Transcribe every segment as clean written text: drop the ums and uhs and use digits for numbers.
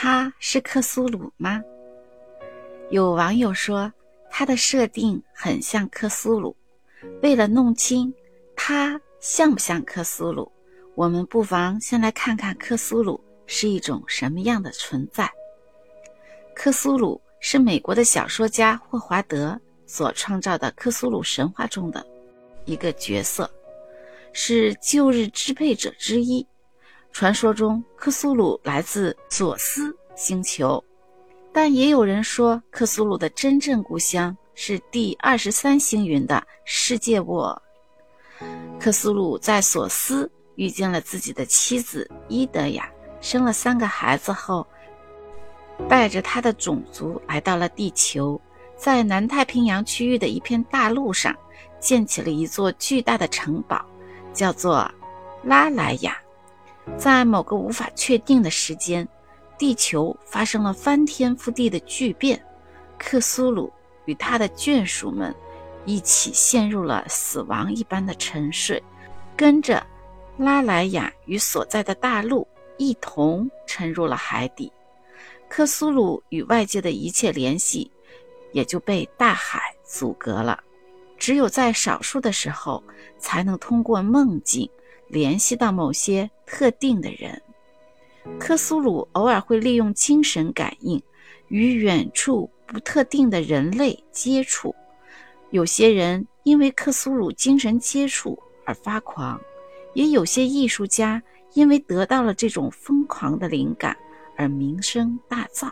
他是克苏鲁吗？有网友说他的设定很像克苏鲁，为了弄清他像不像克苏鲁，我们不妨先来看看克苏鲁是一种什么样的存在。克苏鲁是美国的小说家霍华德所创造的克苏鲁神话中的一个角色，是旧日支配者之一。传说中克苏鲁来自索斯星球，但也有人说克苏鲁的真正故乡是第23星云的世界沃尔。克苏鲁在索斯遇见了自己的妻子伊德雅，生了3个孩子后，带着他的种族来到了地球，在南太平洋区域的一片大陆上建起了一座巨大的城堡，叫做拉莱雅。在某个无法确定的时间，地球发生了翻天覆地的巨变，克苏鲁与他的眷属们一起陷入了死亡一般的沉睡，跟着拉莱雅与所在的大陆一同沉入了海底。克苏鲁与外界的一切联系也就被大海阻隔了，只有在少数的时候才能通过梦境联系到某些特定的人。克苏鲁偶尔会利用精神感应与远处不特定的人类接触，有些人因为克苏鲁精神接触而发狂，也有些艺术家因为得到了这种疯狂的灵感而名声大噪。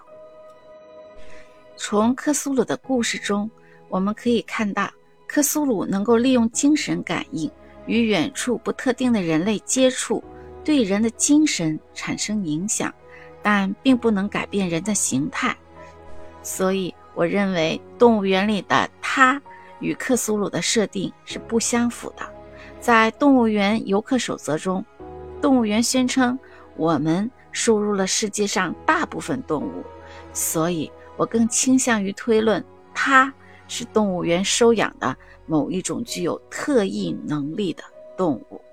从克苏鲁的故事中，我们可以看到克苏鲁能够利用精神感应与远处不特定的人类接触，对人的精神产生影响，但并不能改变人的形态。所以我认为动物园里的他与克苏鲁的设定是不相符的。在动物园游客守则中，动物园宣称我们输入了世界上大部分动物，所以我更倾向于推论它是动物园收养的某一种具有特异能力的动物。